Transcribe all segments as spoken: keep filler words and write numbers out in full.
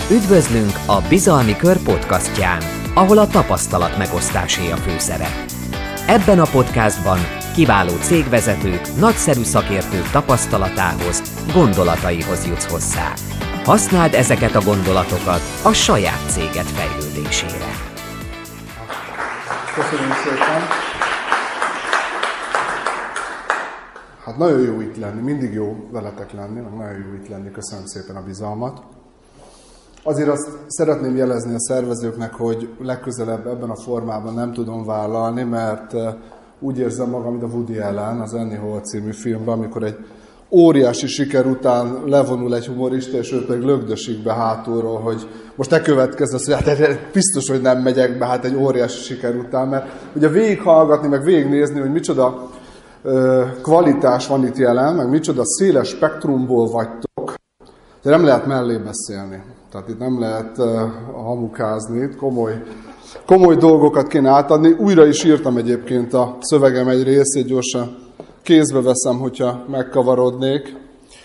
Üdvözlünk a Bizalmi Kör podcastján, ahol a tapasztalat megosztásé a főszerep. Ebben a podcastban kiváló cégvezetők, nagyszerű szakértők tapasztalatához, gondolataihoz jutsz hozzá. Használd ezeket a gondolatokat a saját céged fejlődésére. Köszönöm szépen! Hát nagyon jó itt lenni, mindig jó veletek lenni, meg nagyon jó itt lenni, köszönöm szépen a bizalmat. Azért azt szeretném jelezni a szervezőknek, hogy legközelebb ebben a formában nem tudom vállalni, mert úgy érzem magam, mint a Woody Allen, az Annie Hall című filmben, amikor egy óriási siker után levonul egy humorista, és ő pedig lögdösik be hátulról, hogy most ne következz, azt mondja, hát biztos, hogy nem megyek be, hát egy óriási siker után, mert ugye végighallgatni, meg végignézni, hogy micsoda ö, kvalitás van itt jelen, meg micsoda széles spektrumból vagytok, de nem lehet mellé beszélni. Tehát itt nem lehet uh, hamukázni, itt komoly, komoly dolgokat kéne átadni. Újra is írtam egyébként a szövegem egy részét, gyorsan kézbe veszem, hogyha megkavarodnék.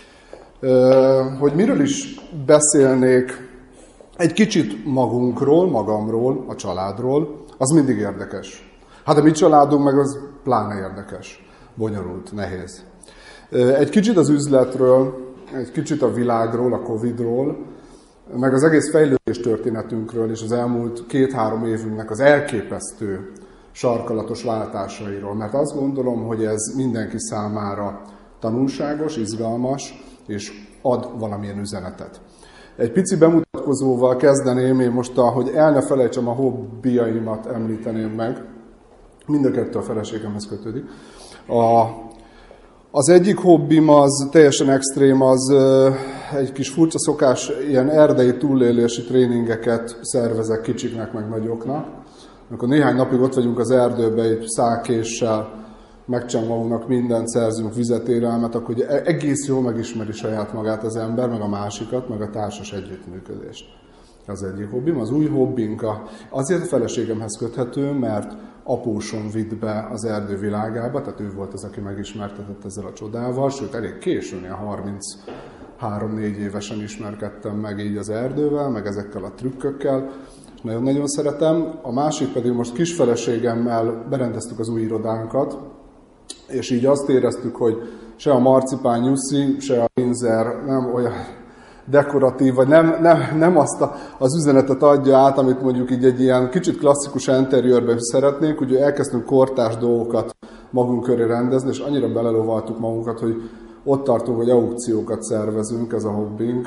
Uh, hogy miről is beszélnék egy kicsit magunkról, magamról, a családról, az mindig érdekes. Hát a mi családunk meg az pláne érdekes, bonyolult, nehéz. Uh, egy kicsit az üzletről, egy kicsit a világról, a Covidról, meg az egész fejlődés történetünkről és az elmúlt két-három évünknek az elképesztő sarkalatos váltásairól. Mert azt gondolom, hogy ez mindenki számára tanulságos, izgalmas, és ad valamilyen üzenetet. Egy pici bemutatkozóval kezdeném, én most, hogy el ne felejtsem a hobbiaimat említeném meg. Mind a kettő a feleségemhez kötődik. A Az egyik hobbim az teljesen extrém, az egy kis furcsa szokás, ilyen erdei túlélési tréningeket szervezek kicsiknek, meg nagyoknak. Amikor néhány napig ott vagyunk az erdőben, egy szálkéssel megcsinálunk magunknak mindent, szerzünk vizet, élelmet, akkor ugye egész jól megismeri saját magát az ember, meg a másikat, meg a társas együttműködést. Az egyik hobbim. Az új hobbink azért a feleségemhez köthető, mert apósom vitt be az erdő világába, tehát ő volt az, aki megismertetett ezzel a csodával, sőt elég későn, ilyen harminchárom-négy évesen ismerkedtem meg így az erdővel, meg ezekkel a trükkökkel, és nagyon-nagyon szeretem. A másik pedig most kisfeleségemmel berendeztük az új irodánkat, és így azt éreztük, hogy se a marcipán nyuszi, se a Windsor nem olyan dekoratív, vagy nem, nem, nem azt a, az üzenetet adja át, amit mondjuk így egy ilyen kicsit klasszikus interiőrben szeretnénk, ugye elkezdtünk kortárs dolgokat magunk köré rendezni, és annyira belelovaltuk magunkat, hogy ott tartunk, hogy aukciókat szervezünk, ez a hobbink,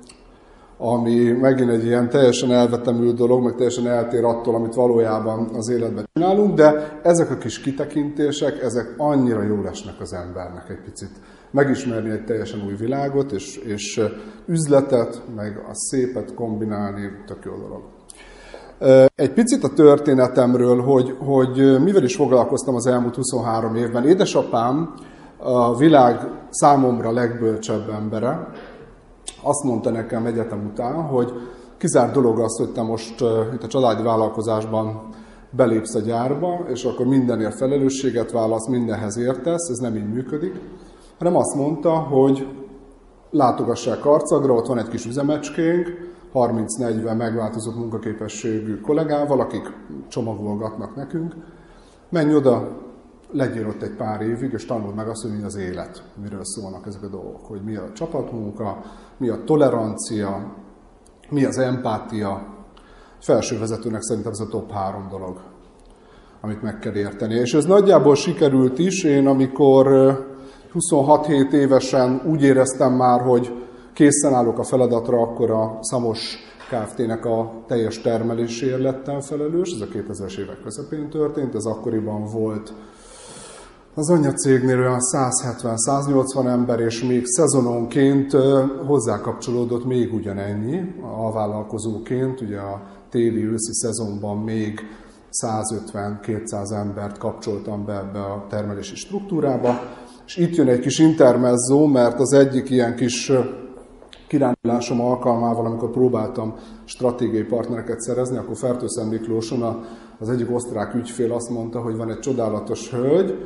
ami megint egy ilyen teljesen elvetemült dolog, meg teljesen eltér attól, amit valójában az életben csinálunk, de ezek a kis kitekintések, ezek annyira jól esnek az embernek egy picit. Megismerni egy teljesen új világot, és, és üzletet, meg a szépet kombinálni, tök jó dolog. Egy picit a történetemről, hogy, hogy mivel is foglalkoztam az elmúlt huszonhárom évben. Édesapám a világ számomra legbölcsebb embere. Azt mondta nekem egyetem után, hogy kizárt dolog az, hogy te most itt a családi vállalkozásban belépsz a gyárba, és akkor mindenért felelősséget válasz, mindenhez értesz, ez nem így működik, hanem azt mondta, hogy látogassák Karcagra, ott van egy kis üzemecskénk, harminc-negyven megváltozott munkaképességű kollégával, akik csomagolgatnak nekünk. Menj oda, legyél ott egy pár évig, és tanuld meg azt, hogy mi az élet, miről szólnak ezek a dolgok, hogy mi a csapatmunka, mi a tolerancia, mi az empátia. Felsővezetőnek szerintem ez a top három dolog, amit meg kell érteni. És ez nagyjából sikerült is. Én amikor huszonhat-hét évesen úgy éreztem már, hogy készen állok a feladatra, akkor a Szamos Kft-nek a teljes termeléséért lettem felelős. Ez a kétezres évek közepén történt, ez akkoriban volt az anyacégnél olyan száz hetven száz nyolcvan ember, és még szezononként hozzákapcsolódott még ugyanennyi alvállalkozóként. Ugye a téli-őszi szezonban még száz ötven-kétszáz embert kapcsoltam be ebbe a termelési struktúrába. És itt jön egy kis intermezzó, mert az egyik ilyen kis kirándulásom alkalmával, amikor próbáltam stratégiai partnereket szerezni, akkor Fertőszent Miklóson az egyik osztrák ügyfél azt mondta, hogy van egy csodálatos hölgy,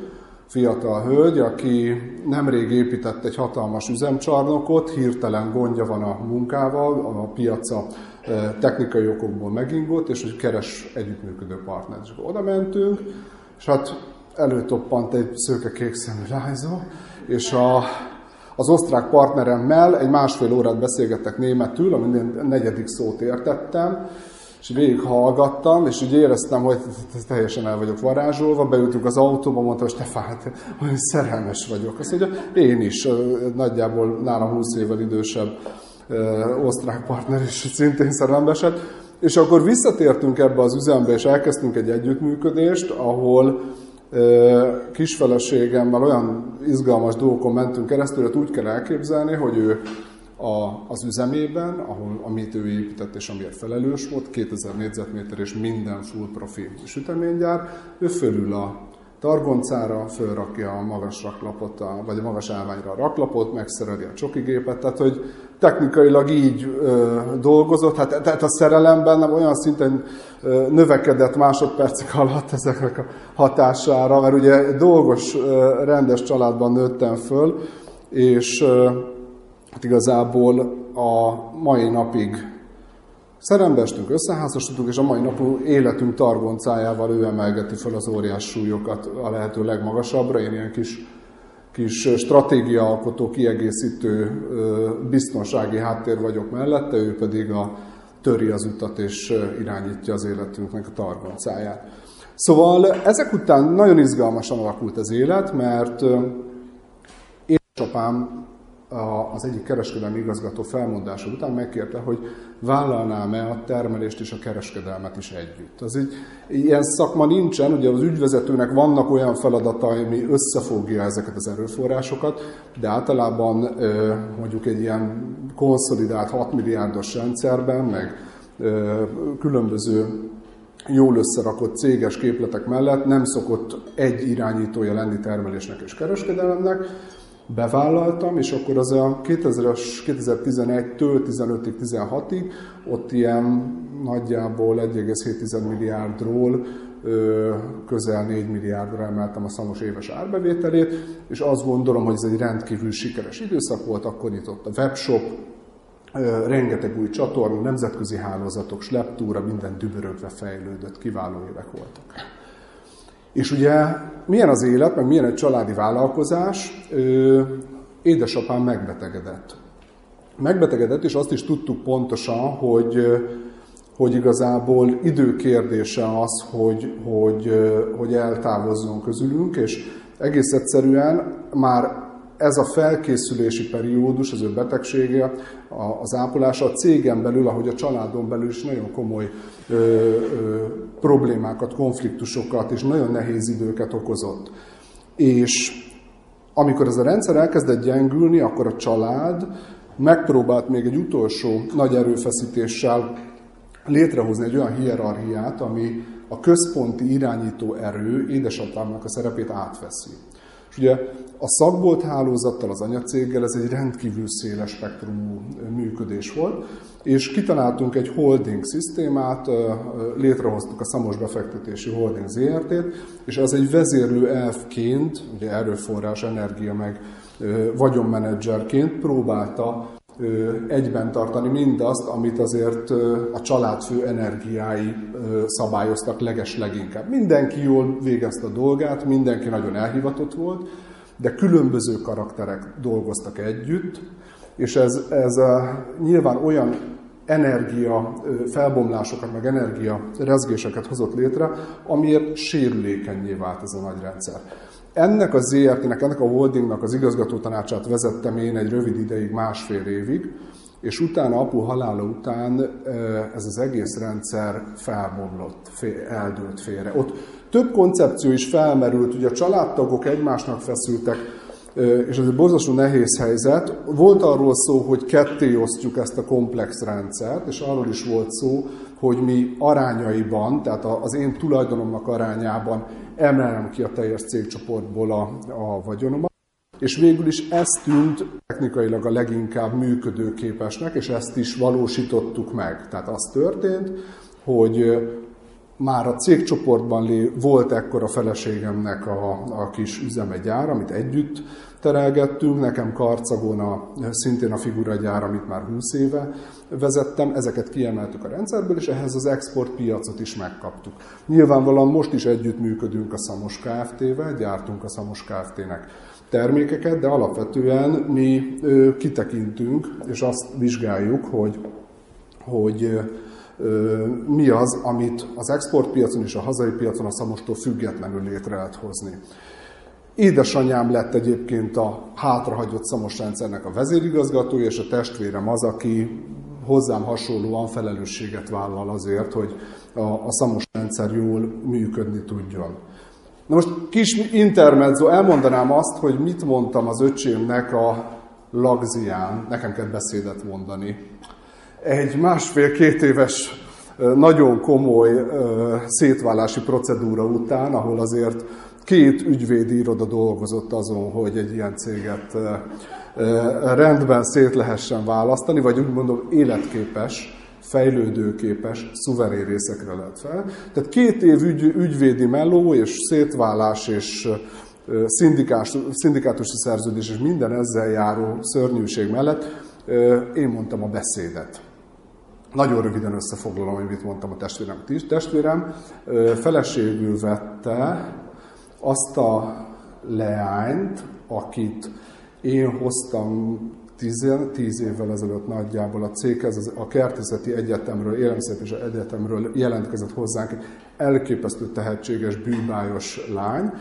fiatal hölgy, aki nemrég épített egy hatalmas üzemcsarnokot, hirtelen gondja van a munkával, a piaca technikai okokból megingott, és hogy keres együttműködő partnert. És oda mentünk, és hát előtoppant egy szőke kékszemű lányzó, és a, az osztrák partneremmel egy másfél órát beszélgettek németül, amin negyedik szót értettem, és végighallgattam, és úgy éreztem, hogy teljesen el vagyok varázsolva, beültünk az autóba, mondta, hogy Stefán, hát olyan szerelmes vagyok. Azt mondja, én is, nagyjából nálam húsz évvel idősebb osztrák partner is szintén szerelembe esett. És akkor visszatértünk ebbe az üzembe, és elkezdtünk egy együttműködést, ahol kisfeleségemmel olyan izgalmas dolgokon mentünk keresztül, hogy úgy kell elképzelni, hogy ő a, az üzemében, ahol, amit ő épített és amiért felelős volt, kétezer négyzetméter és minden full profi süteménygyár, ő fölül a targoncára, fölrakja a magas raklapot, a, vagy a magas állványra a raklapot, megszereli a csokigépet, tehát hogy technikailag így ö, dolgozott, hát, tehát a szerelem bennem olyan szinten ö, növekedett másodpercek alatt ezeknek a hatására, mert ugye dolgos, ö, rendes családban nőttem föl, és ö, hát igazából a mai napig szerelembe estünk, összeházasodtunk, és a mai napú életünk targoncájával ő emelgeti fel az óriás súlyokat a lehető legmagasabbra. Én ilyen kis, kis stratégiaalkotó, kiegészítő biztonsági háttér vagyok mellette, ő pedig a, töri az utat és irányítja az életünknek a targoncáját. Szóval ezek után nagyon izgalmasan alakult az élet, mert édesapám az egyik kereskedelmi igazgató felmondása után megkérte, hogy vállalnám-e a termelést és a kereskedelmet is együtt. Az így, ilyen szakma nincsen, ugye az ügyvezetőnek vannak olyan feladatai, ami összefogja ezeket az erőforrásokat, de általában mondjuk egy ilyen konszolidált hat milliárdos rendszerben, meg különböző jól összerakott céges képletek mellett nem szokott egy irányítója lenni termelésnek és kereskedelemnek. Bevállaltam, és akkor az a kétezer-tizenegytől tizenötig, tizenhatig ott ilyen nagyjából egy egész hét milliárdról közel négy milliárdra emeltem a Szamos éves árbevételét, és azt gondolom, hogy ez egy rendkívül sikeres időszak volt, akkor nyitott a webshop, rengeteg új csatorna, nemzetközi hálózatok, sleptúra, minden dübörögve fejlődött, kiváló évek voltak. És ugye milyen az élet, meg milyen egy családi vállalkozás, édesapám megbetegedett. Megbetegedett, és azt is tudtuk pontosan, hogy, hogy igazából időkérdése az, hogy, hogy, hogy eltávozzon közülünk, és egész egyszerűen már ez a felkészülési periódus, az ő betegsége, az ápolása a cégen belül, ahogy a családon belül is nagyon komoly ö, ö, problémákat, konfliktusokat és nagyon nehéz időket okozott. És amikor ez a rendszer elkezdett gyengülni, akkor a család megpróbált még egy utolsó nagy erőfeszítéssel létrehozni egy olyan hierarchiát, ami a központi irányító erő édesapámnak a szerepét átveszi. És ugye a szakbolt hálózattal, az anyacéggel ez egy rendkívül széles spektrumú működés volt, és kitaláltunk egy holding szisztémát, létrehoztuk a Szamos Befektetési Holding zé er té-t, és az egy vezérlő elfként, ugye erőforrás, energia meg vagyonmenedzserként próbálta egyben tartani mindazt, amit azért a családfő energiái szabályoztak leges leginkább. Mindenki jól végezte a dolgát, mindenki nagyon elhivatott volt, de különböző karakterek dolgoztak együtt, és ez, ez a, nyilván olyan energia felbomlásokat, meg energia rezgéseket hozott létre, amiért sérülékenyé vált ez a nagy rendszer. Ennek a zé er té-nek, ennek a holdingnak az igazgatótanácsát vezettem én egy rövid ideig, másfél évig, és utána apu halála után ez az egész rendszer felbomlott, eldőlt félre. Ott több koncepció is felmerült, ugye a családtagok egymásnak feszültek, és ez egy borzasztó nehéz helyzet. Volt arról szó, hogy ketté osztjuk ezt a komplex rendszert, és arról is volt szó, hogy mi arányaiban, tehát az én tulajdonomnak arányában emelem ki a teljes cégcsoportból a, a vagyonomat. És végül is ez tűnt technikailag a leginkább működőképesnek, és ezt is valósítottuk meg. Tehát az történt, hogy már a cégcsoportban lé, volt ekkor a feleségemnek a, a kis üzemegyár, amit együtt terelgettünk, nekem Karcagon a, szintén a figuragyár, amit már húsz éve vezettem, ezeket kiemeltük a rendszerből, és ehhez az exportpiacot is megkaptuk. Nyilvánvalóan most is együttműködünk a Szamos Kft-vel, gyártunk a Szamos Kft-nek termékeket, de alapvetően mi ö, kitekintünk, és azt vizsgáljuk, hogy, hogy ö, mi az, amit az exportpiacon és a hazai piacon a Szamostól függetlenül létre lehet hozni. Édesanyám lett egyébként a hátrahagyott Szamos rendszernek a vezérigazgatója, és a testvérem az, aki hozzám hasonlóan felelősséget vállal azért, hogy a, a Szamos rendszer jól működni tudjon. Na most kis intermezzo, elmondanám azt, hogy mit mondtam az öcsémnek a lagzián, nekem kell beszédet mondani. Egy másfél-két éves, nagyon komoly szétválási procedúra után, ahol azért két ügyvédi iroda dolgozott azon, hogy egy ilyen céget rendben szét lehessen választani, vagy úgy mondom életképes, fejlődőképes, szuverén részekre lett fel. Tehát két év ügy, ügyvédi melló és szétválás és szindikátusi szerződés és minden ezzel járó szörnyűség mellett én mondtam a beszédet. Nagyon röviden összefoglalom, hogy mit mondtam a testvérem. Testvérem feleségül vette azt a leányt, akit én hoztam tíz, tíz évvel ezelőtt nagyjából a céghez, a Kertészeti Egyetemről, Élelmiszeripari Egyetemről jelentkezett hozzánk egy elképesztő tehetséges, bűnbájos lány,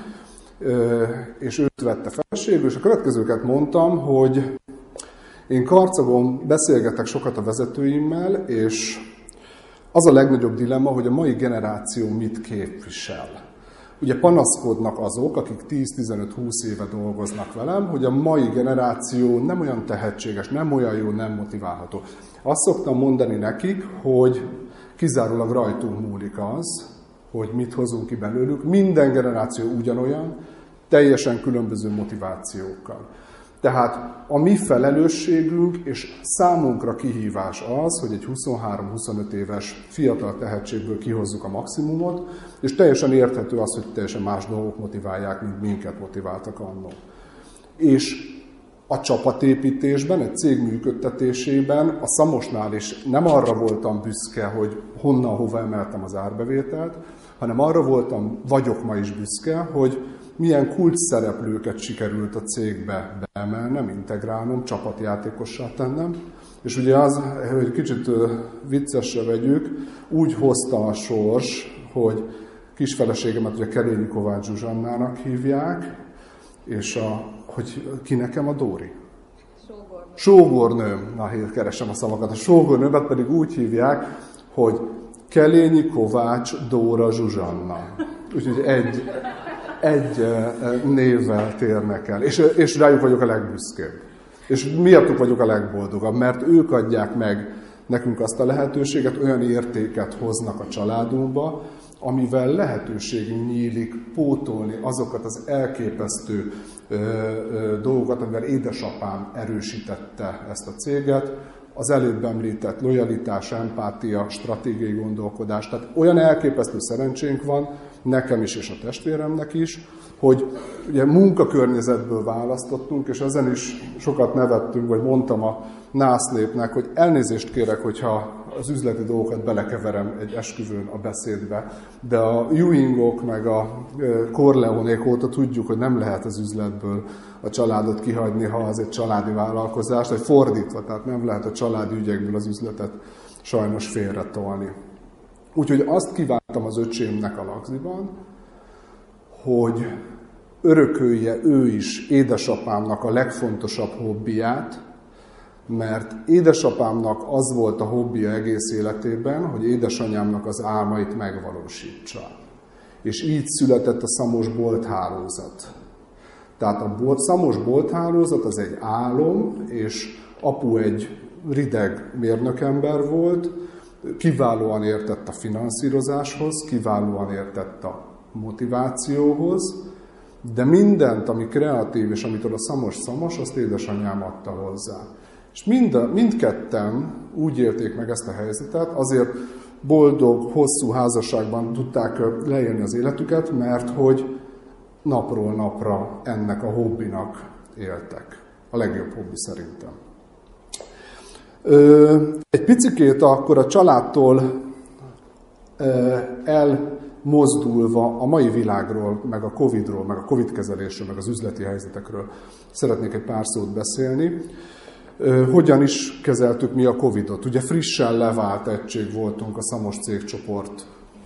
és őt vette feleségül, és a következőket mondtam, hogy én Karcagon beszélgetek sokat a vezetőimmel, és az a legnagyobb dilemma, hogy a mai generáció mit képvisel. Ugye panaszkodnak azok, akik tíz-tizenöt-húsz éve dolgoznak velem, hogy a mai generáció nem olyan tehetséges, nem olyan jó, nem motiválható. Azt szoktam mondani nekik, hogy kizárólag rajtunk múlik az, hogy mit hozunk ki belőlük. Minden generáció ugyanolyan, teljesen különböző motivációkkal. Tehát a mi felelősségünk és számunkra kihívás az, hogy egy huszonhárom-huszonöt éves fiatal tehetségből kihozzuk a maximumot, és teljesen érthető az, hogy teljesen más dolgok motiválják, mint minket motiváltak annól. És a csapatépítésben, egy cég működtetésében, a Szamosnál is nem arra voltam büszke, hogy honnan, hova emeltem az árbevételt, hanem arra voltam, vagyok ma is büszke, hogy milyen kulcs szereplőket sikerült a cégbe beemelnem, integrálnom, csapatjátékossá tennem. És ugye az, hogy kicsit viccesre vegyük, úgy hozta a sors, hogy kisfeleségemet ugye Kerényi Kovács Zsuzsannának hívják, és a, hogy ki nekem a Dóri? Sógornőm. Sógornőm. Na, hét keresem a szavakat. A sógornőmet pedig úgy hívják, hogy Kerényi Kovács Dóra Zsuzsanna. Úgyhogy egy... egy névvel térnek el, és, és rájuk vagyok a legbüszkébb. És miattuk vagyok a legboldogabb, mert ők adják meg nekünk azt a lehetőséget, olyan értéket hoznak a családunkba, amivel lehetőségünk nyílik pótolni azokat az elképesztő ö, ö, dolgokat, amivel édesapám erősítette ezt a céget, az előbb említett lojalitás, empátia, stratégiai gondolkodás. Tehát olyan elképesztő szerencsénk van, nekem is és a testvéremnek is, hogy ugye munkakörnyezetből választottunk, és ezen is sokat nevettünk, vagy mondtam a násznépnek, hogy elnézést kérek, hogyha az üzleti dolgokat belekeverem egy esküvőn a beszédbe, de a Ewingok meg a Corleonék óta tudjuk, hogy nem lehet az üzletből a családot kihagyni, ha az egy családi vállalkozás, vagy fordítva, tehát nem lehet a családi ügyekből az üzletet sajnos félretolni. Úgyhogy azt kívántam az öcsémnek a lagziban, hogy örökölje ő is édesapámnak a legfontosabb hobbiját, mert édesapámnak az volt a hobbija egész életében, hogy édesanyámnak az álmait megvalósítsa. És így született a Szamos bolthálózat. Tehát a bolt, Szamos bolthálózat az egy álom, és apu egy rideg mérnökember volt, kiválóan értett a finanszírozáshoz, kiválóan értett a motivációhoz, de mindent, ami kreatív, és amitől a Szamos Szamos, azt édesanyám adta hozzá. És mind, mindketten úgy élték meg ezt a helyzetet, azért boldog, hosszú házasságban tudták leélni az életüket, mert hogy napról napra ennek a hobbinak éltek. A legjobb hobbi szerintem. Egy picikét akkor a családtól elmozdulva a mai világról, meg a Covidról, meg a Covid kezelésről, meg az üzleti helyzetekről szeretnék egy pár szót beszélni. Hogyan is kezeltük mi a Covidot? Ugye frissen levált egység voltunk a Szamos cégcsoport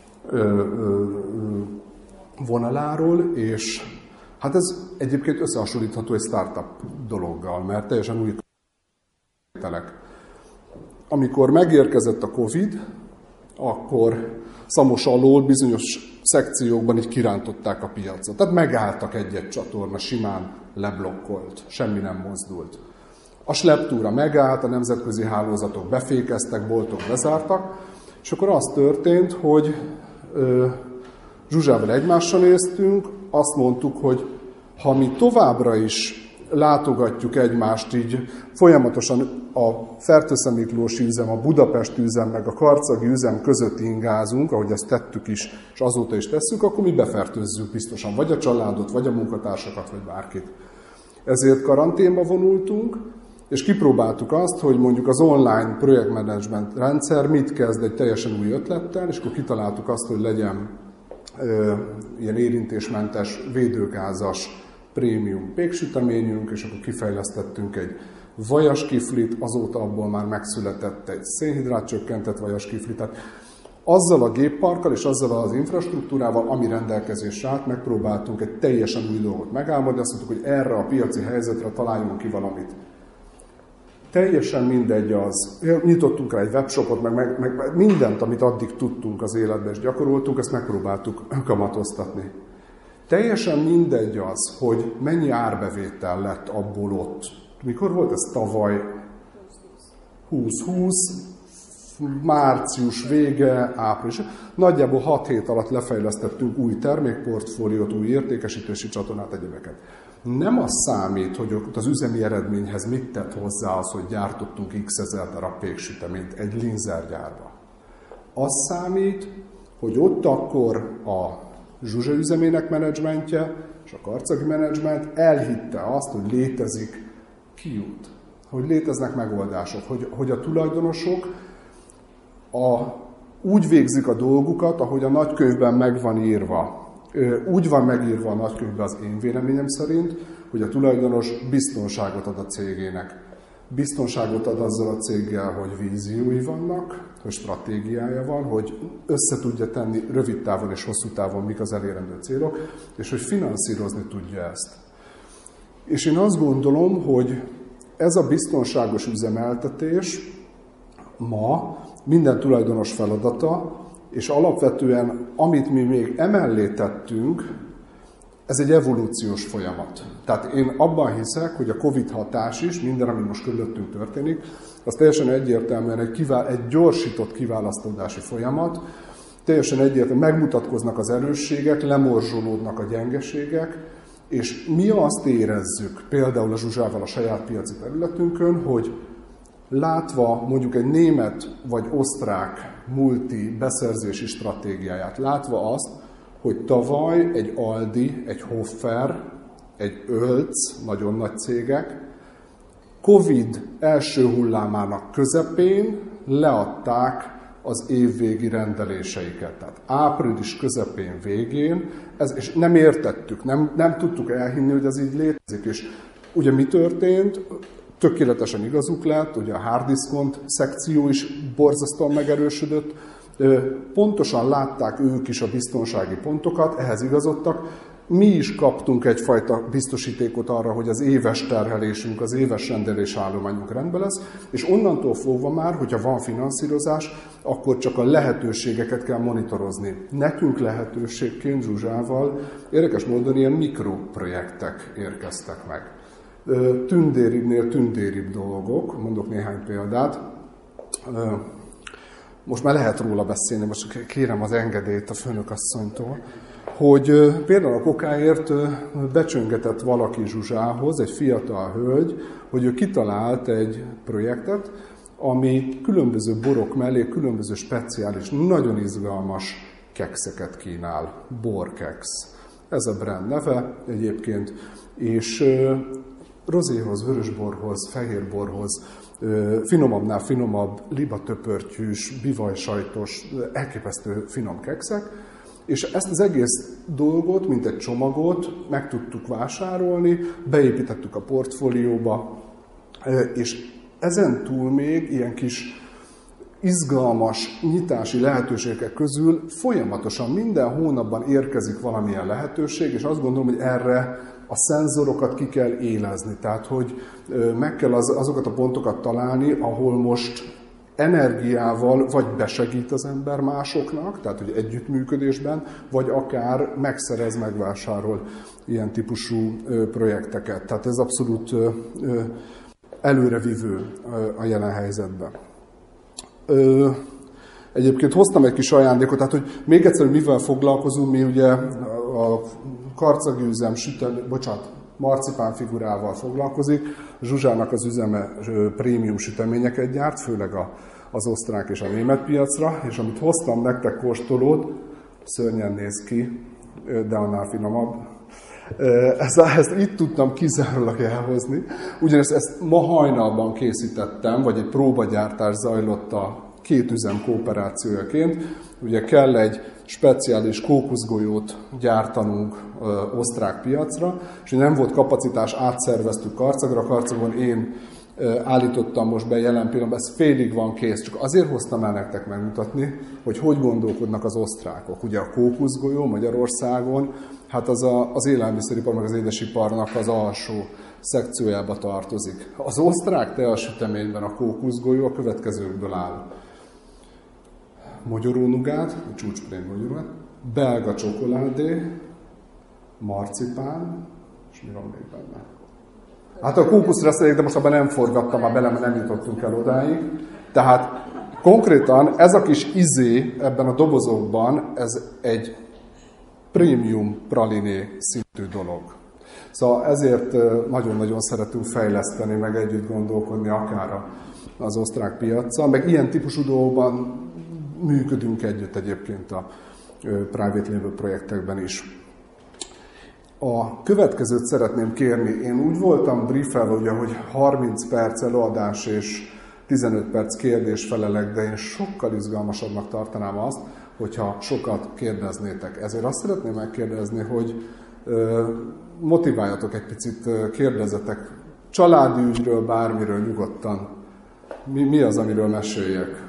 vonaláról, és hát ez egyébként összehasonlítható egy startup dologgal, mert teljesen új telek. Amikor megérkezett a Covid, akkor Szamos alól bizonyos szekciókban így kirántották a piacot. Tehát megálltak egy-egy csatorna, simán leblokkolt, semmi nem mozdult. A sleptúra megállt, a nemzetközi hálózatok befékeztek, boltok bezártak, és akkor az történt, hogy ö, Zsuzsával egymásra néztünk, azt mondtuk, hogy ha mi továbbra is látogatjuk egymást, így folyamatosan a Fertőszentmiklósi üzem, a budapesti üzem, meg a karcagi üzem között ingázunk, ahogy ezt tettük is, és azóta is tesszük, akkor mi befertőzzük biztosan vagy a családot, vagy a munkatársakat, vagy bárkit. Ezért karanténba vonultunk, és kipróbáltuk azt, hogy mondjuk az online projektmenedzsment rendszer mit kezd egy teljesen új ötlettel, és akkor kitaláltuk azt, hogy legyen ö, ilyen érintésmentes, védőgázas prémium péksüteményünk, és akkor kifejlesztettünk egy vajaskiflit, azóta abból már megszületett egy szénhidrát csökkentett vajaskiflit. Tehát azzal a gépparkkal és azzal az infrastruktúrával, ami rendelkezésre állt, megpróbáltunk egy teljesen új dolgot megálmodni, azt mondtuk, hogy erre a piaci helyzetre találjunk ki valamit. Teljesen mindegy az. Nyitottunk rá egy webshopot, meg, meg, meg mindent, amit addig tudtunk az életben és gyakoroltunk, ezt megpróbáltuk kamatoztatni. Teljesen mindegy az, hogy mennyi árbevétel lett abból ott. Mikor volt ez tavaly? húsz húsz, március vége, április. Nagyjából hat hét alatt lefejlesztettünk új termékportfóliót, új értékesítési csatornát, egyébeket. Nem az számít, hogy ott az üzemi eredményhez mit tett hozzá az, hogy gyártottunk x ezer darab péksüteményt egy linzergyárba. Az számít, hogy ott akkor a Zsuzsa üzemének menedzsmentje és a karcagi menedzsment elhitte azt, hogy létezik kiút, hogy léteznek megoldások, hogy, hogy a tulajdonosok a, úgy végzik a dolgukat, ahogy a nagykönyvben meg van írva. Úgy van megírva a nagykönyvben az én véleményem szerint, hogy a tulajdonos biztonságot ad a cégének. Biztonságot ad azzal a céggel, hogy víziói vannak, hogy stratégiája van, hogy össze tudja tenni rövid távon és hosszú távon mik az elérendő célok, és hogy finanszírozni tudja ezt. És én azt gondolom, hogy ez a biztonságos üzemeltetés ma minden tulajdonos feladata, és alapvetően, amit mi még emellé tettünk, ez egy evolúciós folyamat. Tehát én abban hiszek, hogy a Covid hatás is, minden, ami most körülöttünk történik, az teljesen egyértelműen egy, kivá- egy gyorsított kiválasztódási folyamat, teljesen egyértelműen megmutatkoznak az erősségek, lemorzsolódnak a gyengeségek, és mi azt érezzük, például a Zsuzsával a saját piaci területünkön, hogy látva mondjuk egy német vagy osztrák multi beszerzési stratégiáját, látva azt, hogy tavaly egy Aldi, egy Hoffer, egy Ölc, nagyon nagy cégek, Covid első hullámának közepén leadták az évvégi rendeléseiket. Tehát április közepén, végén, ez, és nem értettük, nem, nem tudtuk elhinni, hogy ez így létezik. És ugye mi történt? Tökéletesen igazuk lett, ugye a hard discount szekció is borzasztóan megerősödött, pontosan látták ők is a biztonsági pontokat, ehhez igazodtak. Mi is kaptunk egyfajta biztosítékot arra, hogy az éves terhelésünk, az éves rendelésállományunk rendben lesz, és onnantól fogva már, hogyha van finanszírozás, akkor csak a lehetőségeket kell monitorozni. Nekünk lehetőségként Zsuzsával érdekes módon ilyen mikroprojektek érkeztek meg. Tündéribbnél tündéribb dolgok, mondok néhány példát. Most már lehet róla beszélni, most kérem az engedélyt a főnökasszonytól, hogy például a kokáért becsöngetett valaki Zsuzsához, egy fiatal hölgy, hogy ő kitalált egy projektet, ami különböző borok mellé különböző speciális, nagyon izgalmas kekszeket kínál. Borkex. Ez a brand neve egyébként, és rozéhoz, vörösborhoz, fehérborhoz, finomabbnál finomabb, libatöpörtyűs, bivajsajtos, elképesztő finom kekszek, és ezt az egész dolgot, mint egy csomagot meg tudtuk vásárolni, beépítettük a portfólióba, és ezen túl még ilyen kis izgalmas nyitási lehetőségek közül folyamatosan minden hónapban érkezik valamilyen lehetőség, és azt gondolom, hogy erre a szenzorokat ki kell élezni. Tehát, hogy meg kell az, azokat a pontokat találni, ahol most energiával vagy besegít az ember másoknak, tehát hogy együttműködésben, vagy akár megszerez, megvásárol ilyen típusú projekteket. Tehát ez abszolút előrevívő a jelen helyzetben. Egyébként hoztam egy kis ajándékot, tehát hogy még egyszer, hogy mivel foglalkozunk, mi ugye a karcagi üzem, sütem, bocsánat, marcipán figurával foglalkozik. Zsuzsának az üzeme prémium süteményeket gyárt, főleg a, az osztrák és a német piacra, és amit hoztam nektek kóstolót, szörnyen néz ki, de annál finomabb. Ezt, ezt itt tudtam kizárólag elhozni, ugyanis ezt ma hajnalban készítettem, vagy egy próbagyártás zajlott a két üzem kooperációjaként. Ugye kell egy speciális kókuszgolyót gyártanunk ö, osztrák piacra, és nem volt kapacitás, átszerveztük Karcagra. Karcagon én ö, állítottam most be jelen pillanatban, ez félig van kész, csak azért hoztam el nektek megmutatni, hogy hogy gondolkodnak az osztrákok. Ugye a kókuszgolyó Magyarországon, hát az a, az élelmiszeripar, meg az édesiparnak az alsó szekciójába tartozik. Az osztrák teasüteményben a kókuszgolyó a következőkből áll. Mogyorónugát, csúcsprém mogyorónugát, belga csokoládé, marcipán, és mi van még benne? Hát a kókuszra szeretnék, de most abban nem forgattam, már bele, mert nem jutottunk el odáig. Tehát konkrétan ez a kis izé ebben a dobozokban, ez egy prémium praliné szintű dolog. Szóval ezért nagyon-nagyon szeretünk fejleszteni, meg együtt gondolkodni akár az osztrák piaccal, meg ilyen típusú dolgokban működünk együtt egyébként a private label projektekben is. A következőt szeretném kérni. Én úgy voltam briefelve, ugye, hogy harminc perc előadás és tizenöt perc kérdés-felelek, de én sokkal izgalmasabbnak tartanám azt, hogyha sokat kérdeznétek. Ezért azt szeretném megkérdezni, hogy motiváljatok egy picit, kérdezzetek családi ügyről, bármiről nyugodtan. Mi, mi az, amiről meséljek?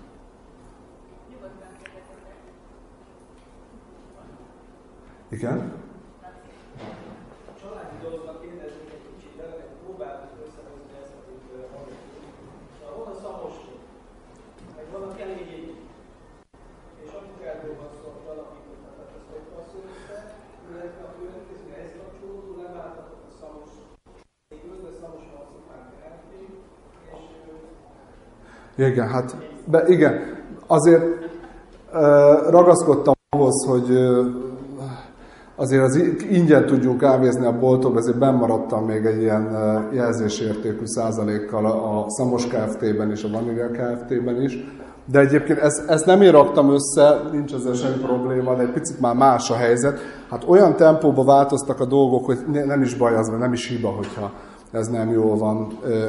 Igen? Családi dolognak kérdeznék egy kicsit, de próbáltuk összehozni ezt, amit mondjuk. Szóval van a Szamoski, meg vannak eléggé, és apukádról van szó, hogy alapítottak, tehát ezt hogy passzol össze, illetve a következő ehhez kapcsolódó leváltatott a Szamos cégről, de Szamos marcipán Kft. És... Igen, hát, de igen, azért uh, ragaszkodtam ahhoz, hogy uh, azért az ingyen tudjunk kávézni a boltokba, ezért bennmaradtam még egy ilyen jelzésértékű százalékkal a Szamos Kft-ben és a Vanilla Kft-ben is. De egyébként ezt, ezt nem én raktam össze, nincs ezzel semmi probléma, de egy picit már más a helyzet. Hát olyan tempóba változtak a dolgok, hogy nem is baj az, nem is hiba, hogyha ez nem jól van.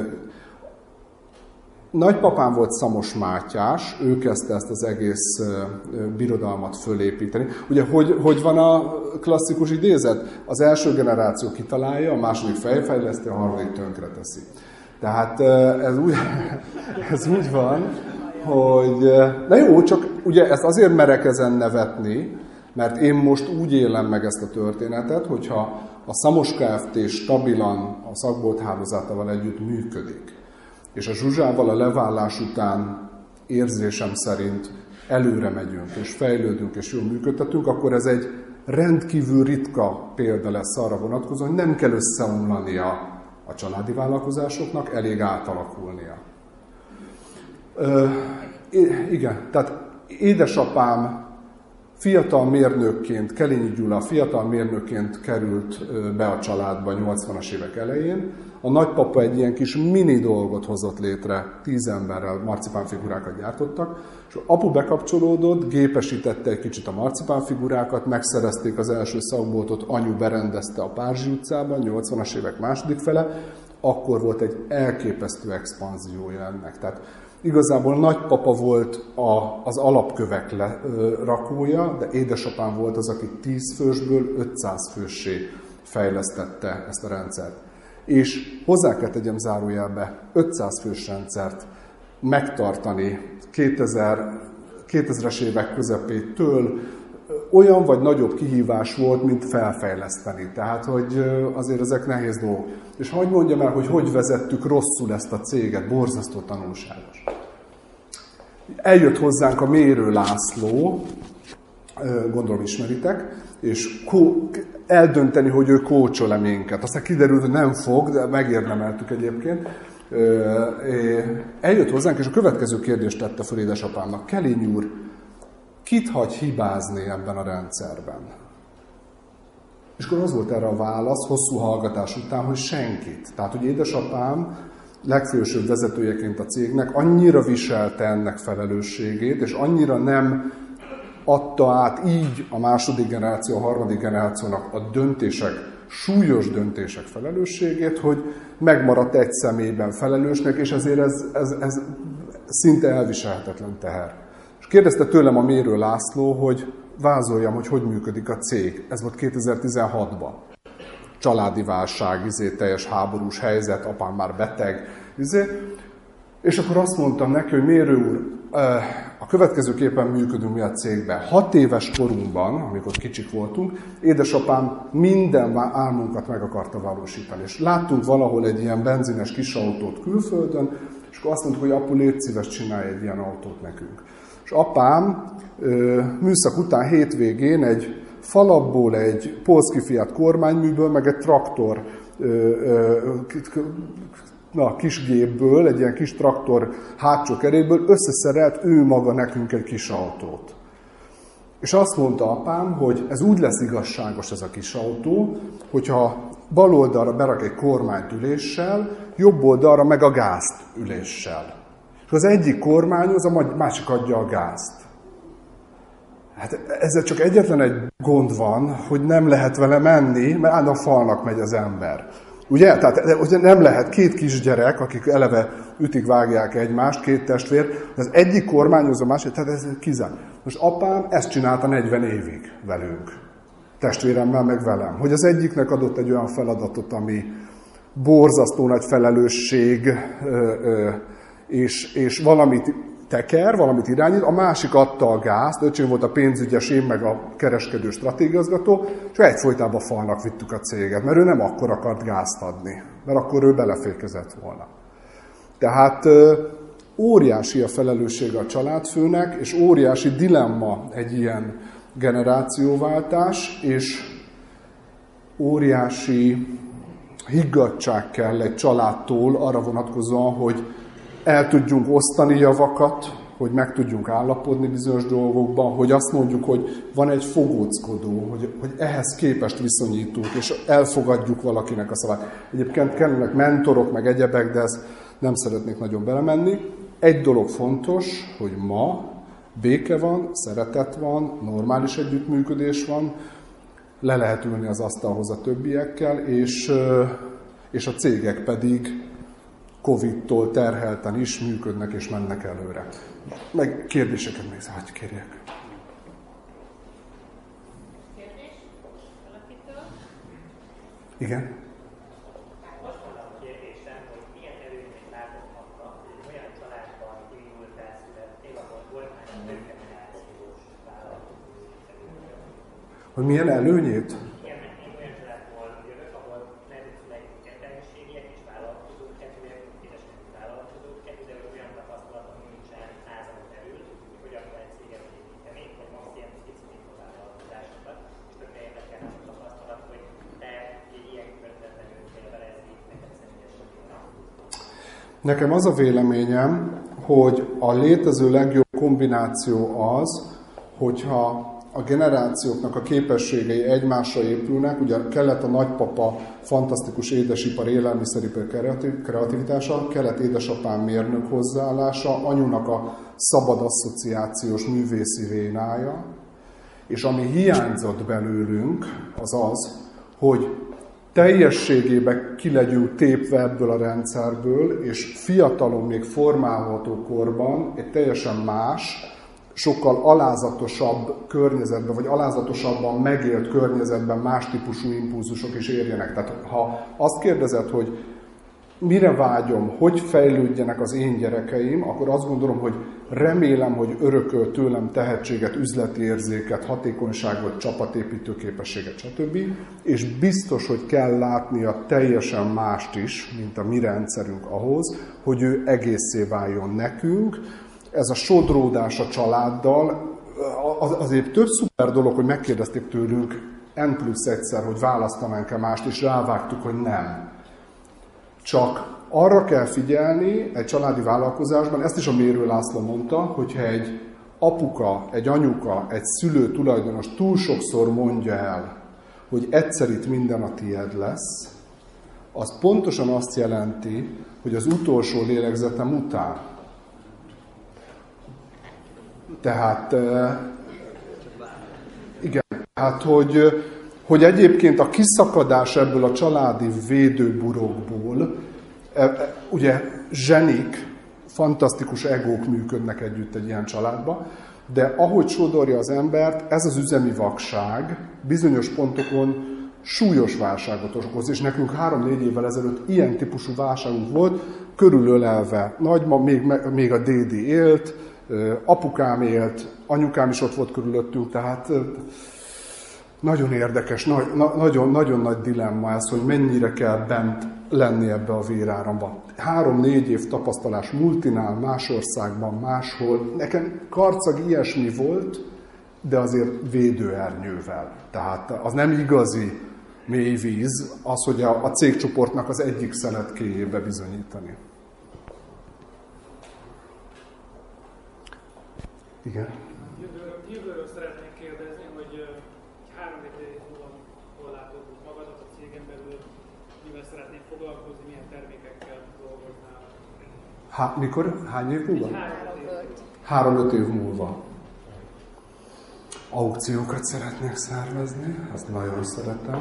Nagypapám volt Szamos Mátyás, ő kezdte ezt az egész birodalmat fölépíteni. Ugye, hogy, hogy van a klasszikus idézet? Az első generáció kitalálja, a második fejfejleszti, a harmadik tönkreteszi. Tehát ez úgy, ez úgy van, hogy... Na jó, csak ugye ezt azért merek ezen nevetni, mert én most úgy élem meg ezt a történetet, hogyha a Szamos Kft. Stabilan a szakbolt hálózatával együtt működik, és a Zsuzsával a levállás után érzésem szerint előre megyünk, és fejlődünk, és jól működtetünk, akkor ez egy rendkívül ritka példa lesz arra vonatkozóan, hogy nem kell összeomlania a családi vállalkozásoknak, elég átalakulnia. Ö, igen, tehát édesapám Fiatal mérnökként, Kelényi Gyula fiatal mérnökként került be a családba nyolcvanas évek elején. A nagypapa egy ilyen kis mini dolgot hozott létre, tíz emberrel marcipánfigurákat gyártottak, és apu bekapcsolódott, gépesítette egy kicsit a marcipánfigurákat, megszerezték az első szagboltot, anyu berendezte a Párzsi utcában, nyolcvanas évek második fele, akkor volt egy elképesztő expanziója ennek. Tehát igazából nagypapa volt a, az alapkövek le, ö, rakója, de édesapám volt az, aki tíz fősből ötszáz főssé fejlesztette ezt a rendszert. És hozzá kell tegyem zárójelbe, ötszáz fős rendszert megtartani kétezer, kétezres évek közepétől olyan vagy nagyobb kihívás volt, mint felfejleszteni. Tehát, hogy azért ezek nehéz dolgok. És hadd mondjam el, hogy hogy vezettük rosszul ezt a céget, borzasztó tanulságos. Eljött hozzánk a Mérő László, gondolom ismeritek, és eldönteni, hogy ő kócsol-e minket. Aztán kiderült, hogy nem fog, de megérdemeltük egyébként. Eljött hozzánk, és a következő kérdést tette fel édesapámnak. Kelényi úr, kit hagy hibázni ebben a rendszerben? És akkor az volt erre a válasz, hosszú hallgatás után, hogy senkit. Tehát, hogy édesapám legfősőbb vezetőjeként a cégnek annyira viselte ennek felelősségét, és annyira nem adta át így a második generáció, a harmadik generációnak a döntések, súlyos döntések felelősségét, hogy megmaradt egy személyben felelősnek, és ezért ez, ez, ez szinte elviselhetetlen teher. És kérdezte tőlem a Mérő László, hogy vázoljam, hogy hogy működik a cég. Ez volt kétezer-tizenhatban. Családi válság, izé, teljes háborús helyzet, apám már beteg. Izé. És akkor azt mondtam neki, hogy Mérő úr, a következőképpen működünk mi a cégben. Hat éves korunkban, amikor kicsik voltunk, édesapám minden álmunkat meg akarta valósítani. És láttunk valahol egy ilyen benzines kisautót külföldön, és akkor azt mondtuk, hogy apu, légy szíves, csinálj egy ilyen autót nekünk. És apám műszak után hétvégén egy falapból, egy Polski Fiat kormányműből, meg egy traktor na, kis gépből, egy ilyen kis traktor hátsó keréből összeszerelt ő maga nekünk egy kis autót. És azt mondta apám, hogy ez úgy lesz igazságos ez a kis autó, hogyha bal oldalra berak egy kormányt üléssel, jobb oldalra meg a gázt üléssel. És az egyik kormányoz, a másik adja a gázt. Hát ezzel csak egyetlen egy gond van, hogy nem lehet vele menni, mert állandóan falnak megy az ember. Ugye? Tehát ugye nem lehet két kisgyerek, akik eleve ütik, vágják egymást, két testvér, az egyik kormányozza a másik, tehát ez kizár. Most apám ezt csinálta negyven évig velünk, testvéremmel meg velem, hogy az egyiknek adott egy olyan feladatot, ami borzasztó nagy felelősség, és, és valamit teker, valamit irányít, a másik adta a gázt, öcsém volt a pénzügyes, én meg a kereskedő stratégiazgató, és egyfolytában falnak vittük a céget, mert ő nem akkor akart gázt adni, mert akkor ő belefékezett volna. Tehát óriási a felelősség a családfőnek, és óriási dilemma egy ilyen generációváltás, és óriási higgadtság kell egy családtól arra vonatkozóan, hogy el tudjunk osztani javakat, hogy meg tudjunk állapodni bizonyos dolgokban, hogy azt mondjuk, hogy van egy fogóckodó, hogy, hogy ehhez képest viszonyítunk, és elfogadjuk valakinek a szavát. Egyébként kellenek mentorok, meg egyebek, de ezt nem szeretnék nagyon belemenni. Egy dolog fontos, hogy ma béke van, szeretet van, normális együttműködés van, le lehet ülni az asztalhoz a többiekkel, és, és a cégek pedig Covid-tól terhelten is működnek és mennek előre. Meg kérdéseket még hát kérjek. Kérdés? Valakitől? Igen? Most van a kérdésem, hogy milyen előnyét láthatnak, hogy olyan családban indultál, születtél, ahol volt már a nőgenerációs vállalkozói területen. Hogy milyen előnyét? Igen, mert én olyan családból jövök, ahol nemzetszüleim értelmiségiek és vállalkozók kerülnek, édesanyám vállalkozók kerül, de olyan tapasztalatom nincsen házon belül, hogy hogyan lehet céget építeni, vagy most ilyen kicsit vállalkozásokat, és tökre érdekel az a tapasztalat, hogy te egy ilyen környezetben jöttél vele, ez így neked személyesen. Nekem az a véleményem, hogy a létező legjobb kombináció az, hogyha a generációknak a képességei egymásra épülnek, ugye kellett a nagypapa fantasztikus édesipar, élelmiszeripar kreativitása, kellett édesapám mérnök hozzáállása, anyunak a szabad asszociációs művészi vénája, és ami hiányzott belőlünk, az az, hogy teljességében ki legyünk tépve ebből a rendszerből, és fiatalon még formálható korban egy teljesen más, sokkal alázatosabb környezetben, vagy alázatosabban megélt környezetben más típusú impulzusok is érjenek. Tehát ha azt kérdezed, hogy mire vágyom, hogy fejlődjenek az én gyerekeim, akkor azt gondolom, hogy remélem, hogy örököl tőlem tehetséget, üzleti érzéket, hatékonyságot, csapatépítő képességet, stb. És biztos, hogy kell látnia teljesen mást is, mint a mi rendszerünk ahhoz, hogy ő egészé váljon nekünk. Ez a sodródás a családdal, azért több szuper dolog, hogy megkérdezték tőlünk N plusz egyszer, hogy választanánk-e mást, és rávágtuk, hogy nem. Csak arra kell figyelni egy családi vállalkozásban, ezt is a Mérő László mondta, hogyha egy apuka, egy anyuka, egy szülő tulajdonos túl sokszor mondja el, hogy egyszer itt minden a tied lesz, az pontosan azt jelenti, hogy az utolsó lélegzetem után. Tehát, igen, hát hogy, hogy egyébként a kiszakadás ebből a családi védőburokból, ugye zsenik, fantasztikus egók működnek együtt egy ilyen családba, de ahogy sodorja az embert, ez az üzemi vakság bizonyos pontokon súlyos válságot okoz, és nekünk három-négy évvel ezelőtt ilyen típusú válságunk volt, körülölelve. Nagyma, még, még a dédi élt, apukám élt, anyukám is ott volt körülöttünk, tehát nagyon érdekes, nagy, nagyon, nagyon nagy dilemma ez, hogy mennyire kell bent lenni ebbe a véráramba. Három-négy év tapasztalás multinál, más országban, máshol. Nekem karcag ilyesmi volt, de azért védőernyővel. Tehát az nem igazi mély víz, az, hogy a, a cégcsoportnak az egyik szeletkéjébe bizonyítani. Igen. Jövőről, jövőről szeretnék kérdezni, hogy három-négy év múlva hol látod magadat a cégen belül, mivel szeretnék foglalkozni, milyen termékekkel dolgoznál? Há, mikor? Hány év múlva? Három-öt év múlva. Aukciókat szeretnék szervezni, azt nagyon szeretem.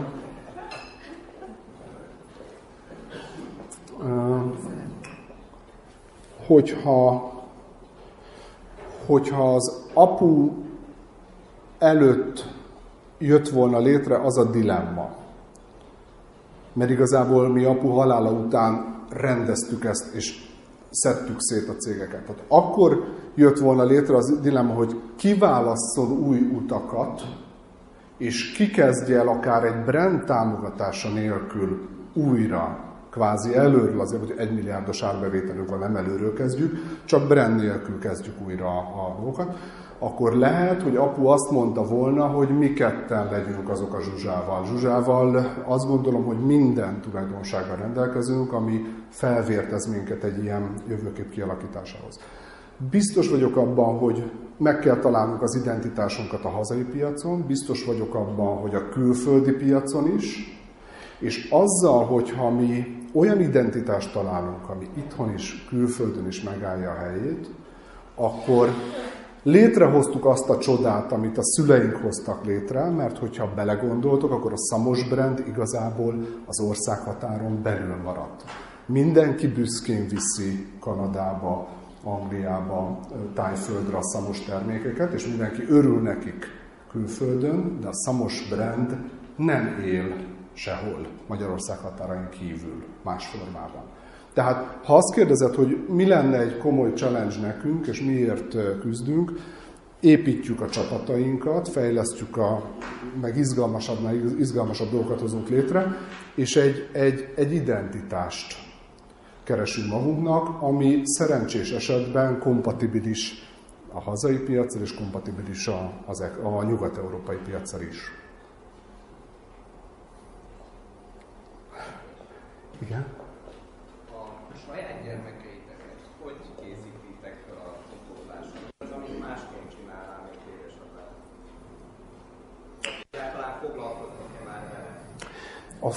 Hogyha hogyha az apu előtt jött volna létre, az a dilemma. Mert igazából mi apu halála után rendeztük ezt, és szedtük szét a cégeket. Tehát akkor jött volna létre az dilemma, hogy kiválasszon új utakat, és kikezdje el akár egy brand támogatása nélkül újra, kvázi előről, azért, hogy egy milliárdos árbevételünk van, nem előről kezdjük, csak brand nélkül kezdjük újra a dolgokat, akkor lehet, hogy apu azt mondta volna, hogy mi ketten legyünk azok a Zsuzsával. Zsuzsával azt gondolom, hogy minden tulajdonsággal rendelkezünk, ami felvértez minket egy ilyen jövőkép kialakításához. Biztos vagyok abban, hogy meg kell találnunk az identitásunkat a hazai piacon, biztos vagyok abban, hogy a külföldi piacon is, és azzal, hogyha mi olyan identitást találunk, ami itthon is, külföldön is megállja a helyét, akkor létrehoztuk azt a csodát, amit a szüleink hoztak létre, mert hogyha belegondoltok, akkor a Szamos brand igazából az országhatáron belül maradt. Mindenki büszkén viszi Kanadába, Angliába, Tájföldre a Szamos termékeket, és mindenki örül nekik külföldön, de a Szamos brand nem él sehol Magyarország határain kívül, más formában. Tehát ha azt kérdezed, hogy mi lenne egy komoly challenge nekünk, és miért küzdünk, építjük a csapatainkat, fejlesztjük a, meg izgalmasabb, meg izgalmasabb dolgokat hozunk létre, és egy, egy, egy identitást keresünk magunknak, ami szerencsés esetben kompatibilis a hazai piaccal, és kompatibilis a, a, a nyugat-európai piaccal is. Igen? A saját gyermekeiteket hogy készítitek fel a utódlásra? Az, amit másként csinálnál, mint édesapád? a,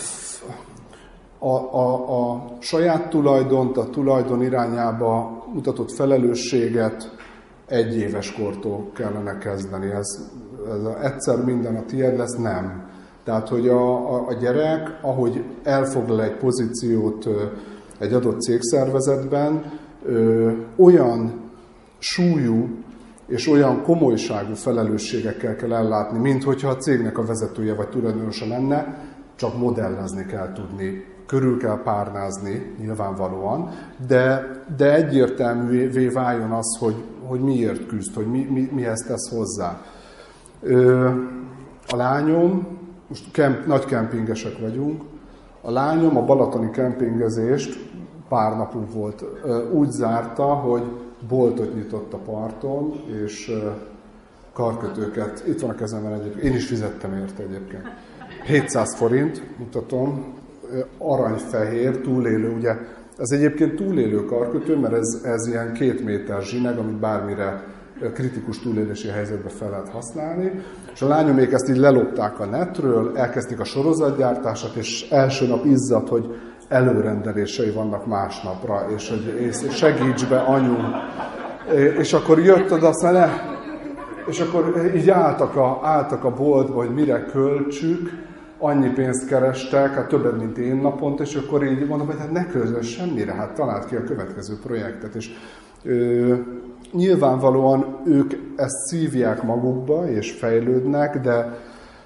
a, a, a saját tulajdont, a tulajdon irányába mutatott felelősséget egy éves kortól kellene kezdeni. Ez, ez a, egyszer minden a tiéd lesz, nem. Tehát, hogy a, a, a gyerek, ahogy elfoglal egy pozíciót ö, egy adott cégszervezetben, ö, olyan súlyú és olyan komolyságú felelősségekkel kell ellátni, mint hogyha a cégnek a vezetője vagy tulajdonosa lenne, csak modellezni kell tudni, körül kell párnázni nyilvánvalóan, de, de egyértelművé váljon az, hogy, hogy miért küzd, hogy mi, mi, mihez tesz hozzá. Ö, a lányom, most kemp, nagy kempingesek vagyunk, a lányom a balatoni kempingezést pár napunk volt, úgy zárta, hogy boltot nyitott a parton, és karkötőket, itt van a kezemben egyébként, én is fizettem érte egyébként. hétszáz forint, mutatom, aranyfehér, túlélő, ugye, ez egyébként túlélő karkötő, mert ez, ez ilyen két méter zsineg, amit bármire kritikus túlélési helyzetben fel lehet használni. És a lányomék ezt így lelopták a netről, elkezdték a sorozatgyártását, és első nap izzadt, hogy előrendelései vannak másnapra, és hogy segíts be, anyu. És akkor jött oda, aztán le, és akkor így álltak a, álltak a boltba, hogy mire költsük, annyi pénzt kerestek, hát többet, mint én naponta, és akkor így mondom, hogy hát ne költsön semmire, hát találd ki a következő projektet. És ö, nyilvánvalóan ők ezt szívják magukba, és fejlődnek, de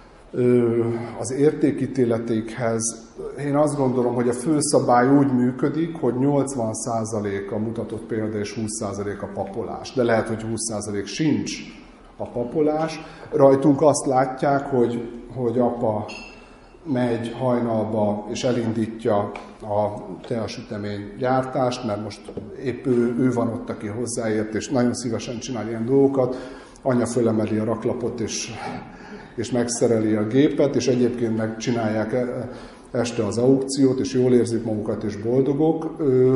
ö, az értékítéletékhez én azt gondolom, hogy a főszabály úgy működik, hogy nyolcvan százalék a mutatott példa, és húsz százalék a papolás. De lehet, hogy húsz százalék sincs a papolás. Rajtunk azt látják, hogy, hogy apa megy hajnalba, és elindítja a teasütemény gyártást, mert most épp ő, ő van ott, aki hozzáért, és nagyon szívesen csinál ilyen dolgokat. Anya fölemeli a raklapot, és, és megszereli a gépet, és egyébként megcsinálják este az aukciót, és jól érzik magukat, és boldogok.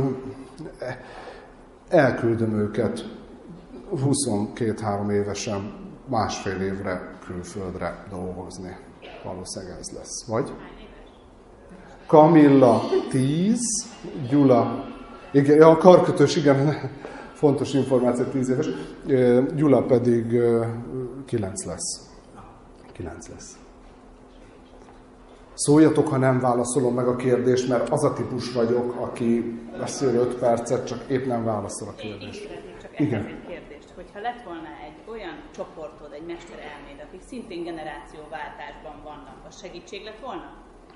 Elküldöm őket huszonkettő-három évesen másfél évre külföldre dolgozni. Valószínűleg ez lesz. Vagy? Kamilla tíz, Gyula, igen, a karkötős, igen, fontos információ, tíz éves, Gyula pedig kilenc lesz. kilenc lesz. Szóljatok, ha nem válaszolom meg a kérdést, mert az a típus vagyok, aki beszél öt percet, csak épp nem válaszol a kérdést. Én szeretnék csak igen. ehhez egy kérdést, hogyha lett volna egy olyan csoportod, egy mesterelméd, akik szintén generációváltásban vannak, az segítség lett volna?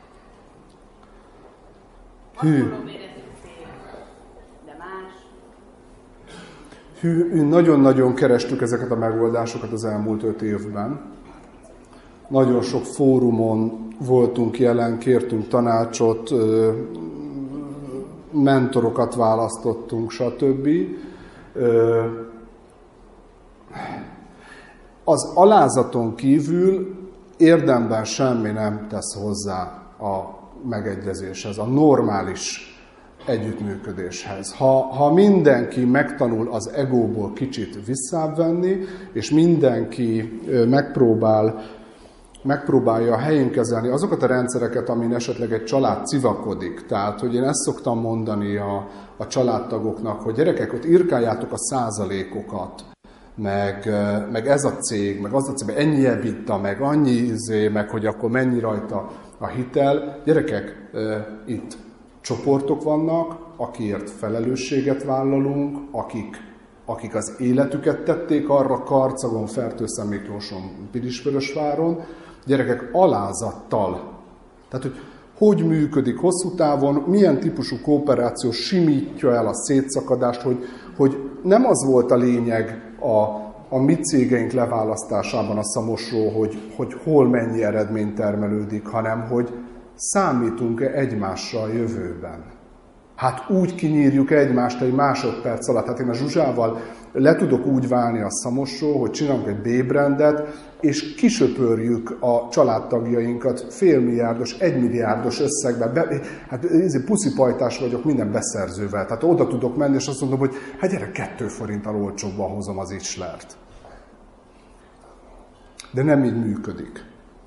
Hű. Hasonló méretű cég, de más. Hű, nagyon-nagyon kerestük ezeket a megoldásokat az elmúlt öt évben. Nagyon sok fórumon voltunk jelen, kértünk tanácsot, mentorokat választottunk, stb. Az alázaton kívül érdemben semmi nem tesz hozzá a megegyezéshez, a normális együttműködéshez. Ha, ha mindenki megtanul az egóból kicsit visszávenni, és mindenki megpróbál megpróbálja a helyén kezelni azokat a rendszereket, amin esetleg egy család civakodik. Tehát, hogy én ezt szoktam mondani a, a családtagoknak, hogy gyerekek, ott írkáljátok a százalékokat, meg, meg ez a cég, meg az a cég, meg ennyi EBITDA, meg annyi izé, meg hogy akkor mennyi rajta a hitel. Gyerekek, itt csoportok vannak, akiért felelősséget vállalunk, akik, akik az életüket tették arra Karcagon, Fertőszent Miklóson, Pilisvörösváron, gyerekek alázattal. Tehát, hogy hogy működik hosszú távon, milyen típusú kooperáció simítja el a szétszakadást, hogy, hogy nem az volt a lényeg a, a mi cégeink leválasztásában a Szamosról, hogy, hogy hol mennyi eredmény termelődik, hanem hogy számítunk-e egymással a jövőben. Hát úgy kinyírjuk egymást egy másodperc alatt. Hát én a Zsuzsával le tudok úgy válni a Szamosról, hogy csinálunk egy B-brandet, és kisöpörjük a családtagjainkat félmilliárdos, egymilliárdos összegben. Be, hát puszipajtás vagyok minden beszerzővel. Tehát oda tudok menni, és azt mondom, hogy hát gyere, kettő forinttal olcsóbban hozom az Islert. De nem így működik.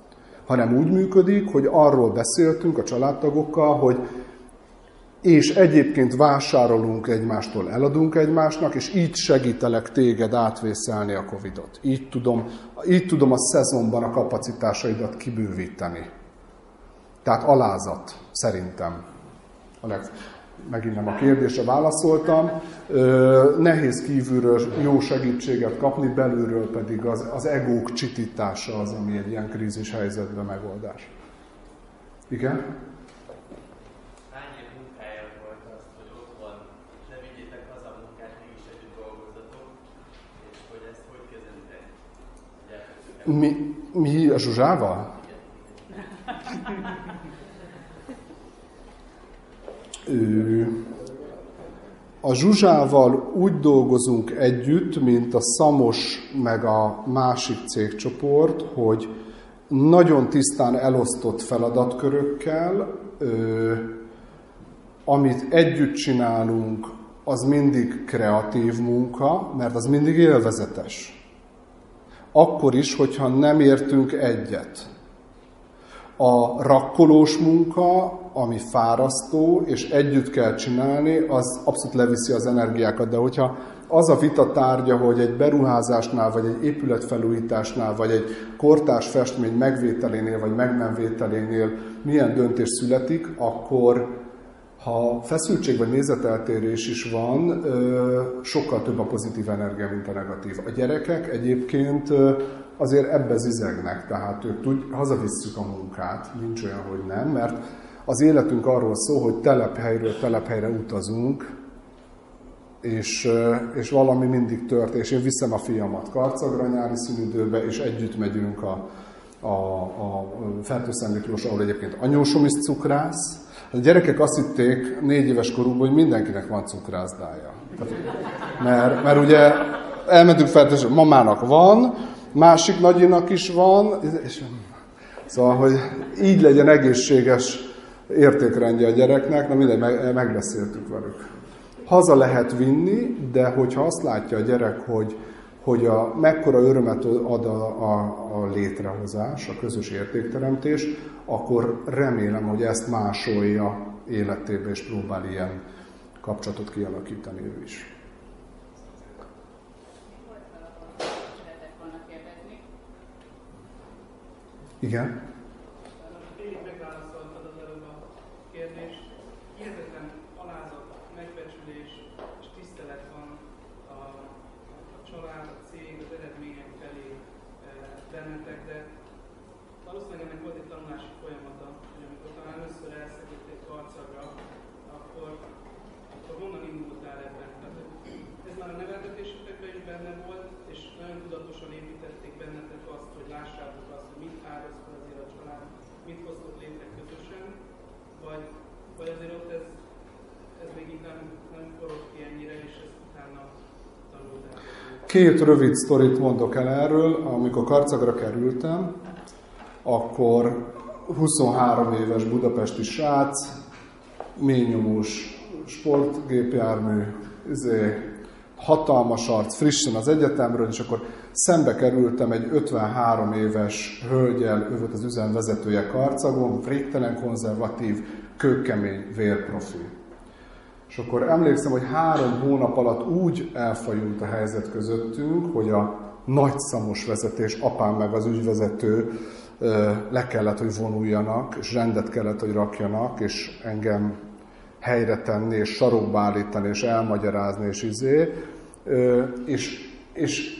hanem úgy működik, hogy arról beszéltünk a családtagokkal, hogy és egyébként vásárolunk egymástól, eladunk egymásnak, és így segítelek téged átvészelni a Covidot. Így tudom, így tudom a szezonban a kapacitásaidat kibővíteni. Tehát alázat, szerintem. A leg... Megint nem a kérdésre válaszoltam. Nehéz kívülről jó segítséget kapni, belülről pedig az, az egók csitítása az, ami egy ilyen krízis helyzetben megoldás. Igen? Hány év munkája volt az, hogy otthon ne vigyétek haza a munkát, mégis együtt dolgozzatok, és hogy ezt hogy kezelitek? Mi, mi a Zsuzsával? Ő, a Zsuzsával úgy dolgozunk együtt, mint a Szamos meg a másik cégcsoport, hogy nagyon tisztán elosztott feladatkörökkel, ö, amit együtt csinálunk, az mindig kreatív munka, mert az mindig élvezetes. Akkor is, hogyha nem értünk egyet. A rakkolós munka, ami fárasztó, és együtt kell csinálni, az abszolút leviszi az energiákat. De hogyha az a vita tárgya, hogy egy beruházásnál, vagy egy épületfelújításnál, vagy egy kortárs festmény megvételénél, vagy meg nem vételénél milyen döntés születik, akkor ha feszültség vagy nézeteltérés is van, sokkal több a pozitív energia, mint a negatív. A gyerekek egyébként azért ebbe zizegnek, tehát ők tud, hazavisszük a munkát, nincs olyan, hogy nem, mert az életünk arról szól, hogy telephelyről telephelyre utazunk, és, és valami mindig tört, és én viszem a fiamat Karcagra nyári szünidőbe, és együtt megyünk a, a, a Fertőszent Miklós, ahol egyébként anyósom is cukrász. A gyerekek azt hitték négy éves korukban, hogy mindenkinek van cukrászdája. Mert, mert ugye elmentünk Fertőszent, mamának van, másik nagyinak is van, és szóval, hogy így legyen egészséges értékrendje a gyereknek, na mindegy, meg, megbeszéltük velük. Haza lehet vinni, de hogyha azt látja a gyerek, hogy, hogy a, mekkora örömet ad a, a, a létrehozás, a közös értékteremtés, akkor remélem, hogy ezt másolja életébe, és próbál ilyen kapcsolatot kialakítani ő is. Igen? Tényleg megválaszoltad az előbb a kérdést. Hihetetlen alázat, megbecsülés és tisztelet van a, a család, a cég, az eredmények felé e, bennetek, de valószínűleg ennek volt egy tanulási folyamata, hogy amikor talán először elszegültél Karcagra, akkor, akkor honnan indultál ebben? Tehát, ez már a neveltetésetekben is benne volt, és nagyon tudatosan építették bennetek azt, hogy lássátok azt, hogy mit áraz fel azért a család, mit hoztok létre közösen, vagy, vagy azért ott ez, ez még így nem, nem forrott ki ennyire, és ezt utána tanultál. Két rövid sztorit mondok el erről. Amikor Karcagra kerültem, akkor huszonhárom éves budapesti srác, mélynyomós sportgépjármű, izé, hatalmas arc, frissen az egyetemről, és akkor szembe kerültem egy ötvenhárom éves hölgyel, ő volt az üzemvezetője Karcagon, végtelen konzervatív, kőkemény vérprofi. És akkor emlékszem, hogy három hónap alatt úgy elfajult a helyzet közöttünk, hogy a nagyszamos vezetés, apám meg az ügyvezető le kellett, hogy vonuljanak, és rendet kellett, hogy rakjanak, és engem helyre tenni, és sarokba állítani, és elmagyarázni, és izé. És, és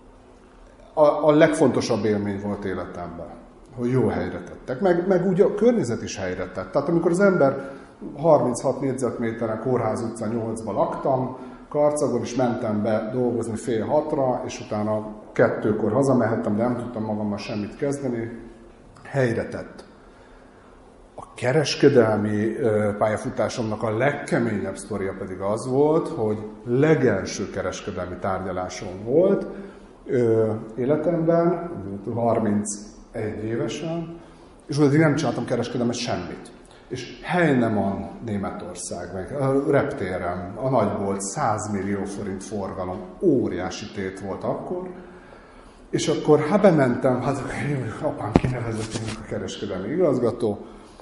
a, a legfontosabb élmény volt életemben, hogy jó helyre tettek. Meg, meg úgy a környezet is helyre tett. Tehát amikor az ember harminchat négyzetméteren, Kórház utca nyolcban laktam, Karcagon is mentem be dolgozni fél hatra, és utána kettőkor hazamehettem, de nem tudtam magammal semmit kezdeni. Helyre tett. A kereskedelmi pályafutásomnak a legkeményebb sztoria pedig az volt, hogy legelső kereskedelmi tárgyalásom volt életemben, harmincegy évesen, és addig nem csináltam kereskedelmet semmit. És Heinemann Németország, meg a reptéren, a nagybolt, száz millió forint forgalom, óriási tét volt akkor, És akkor hát bementem, hát apám kinevezett a kereskedelmi igazgató,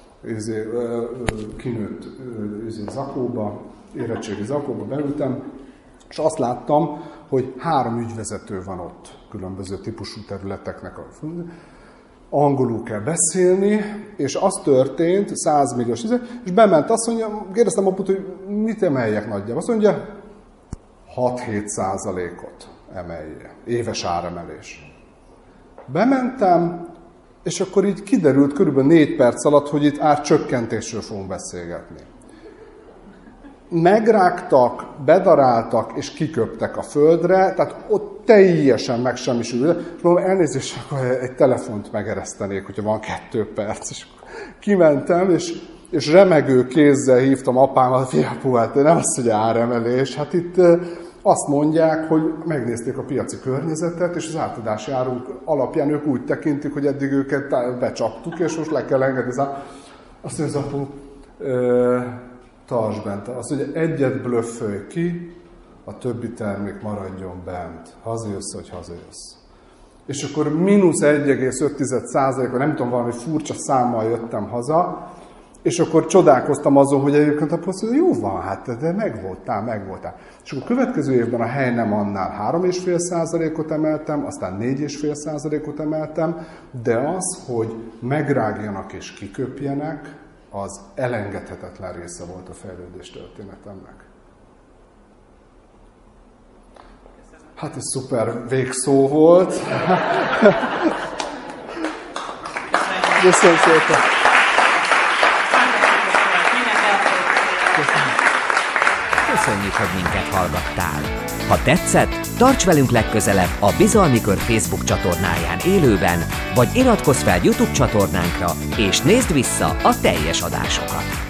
kinőtt zakóba, érettségi zakóba beültem, és azt láttam, hogy három ügyvezető van ott, különböző típusú területeknek. Angolul kell beszélni, és az történt, száz milliós, és bement, azt mondja, kérdeztem aput, hogy mit emeljek nagyjából. Azt mondja, hat-hét százalékot emelje, éves áremelés. Bementem, és akkor így kiderült körülbelül négy perc alatt, hogy itt árcsökkentésről fogunk beszélgetni. Megrágtak, bedaráltak, és kiköptek a földre, tehát ott teljesen megsemmisült. Elnézést, akkor egy telefont megeresztenék, hogyha van kettő perc. És kimentem, és, és remegő kézzel hívtam apámat, fiapu, hát nem az, hogy áremelés, hát itt azt mondják, hogy megnézték a piaci környezetet, és az átadási árunk alapján ők úgy tekintik, hogy eddig őket becsaptuk, és most le kell engedni. Azt mondja az apu, tartsd bent. Azt mondja, egyet blöffölj ki, a többi termék maradjon bent. Hazajössz, hogy hazajössz. És akkor mínusz egy egész öt százalékon, nem tudom, valami furcsa számmal jöttem haza, és akkor csodálkoztam azon, hogy egyébként azt mondja, jó van, hát de megvoltál, megvoltál. És akkor a következő évben a hely nem annál három egész öt százalékot emeltem, aztán négy egész öt százalékot emeltem, de az, hogy megrágjanak és kiköpjenek, az elengedhetetlen része volt a fejlődés történetemnek. Hát ez szuper végszó volt. Köszönöm szépen. Köszönjük, hogy minket hallgattál. Ha tetszett, tarts velünk legközelebb a Bizalmi Kör Facebook csatornáján élőben, vagy iratkozz fel YouTube csatornánkra, és nézd vissza a teljes adásokat.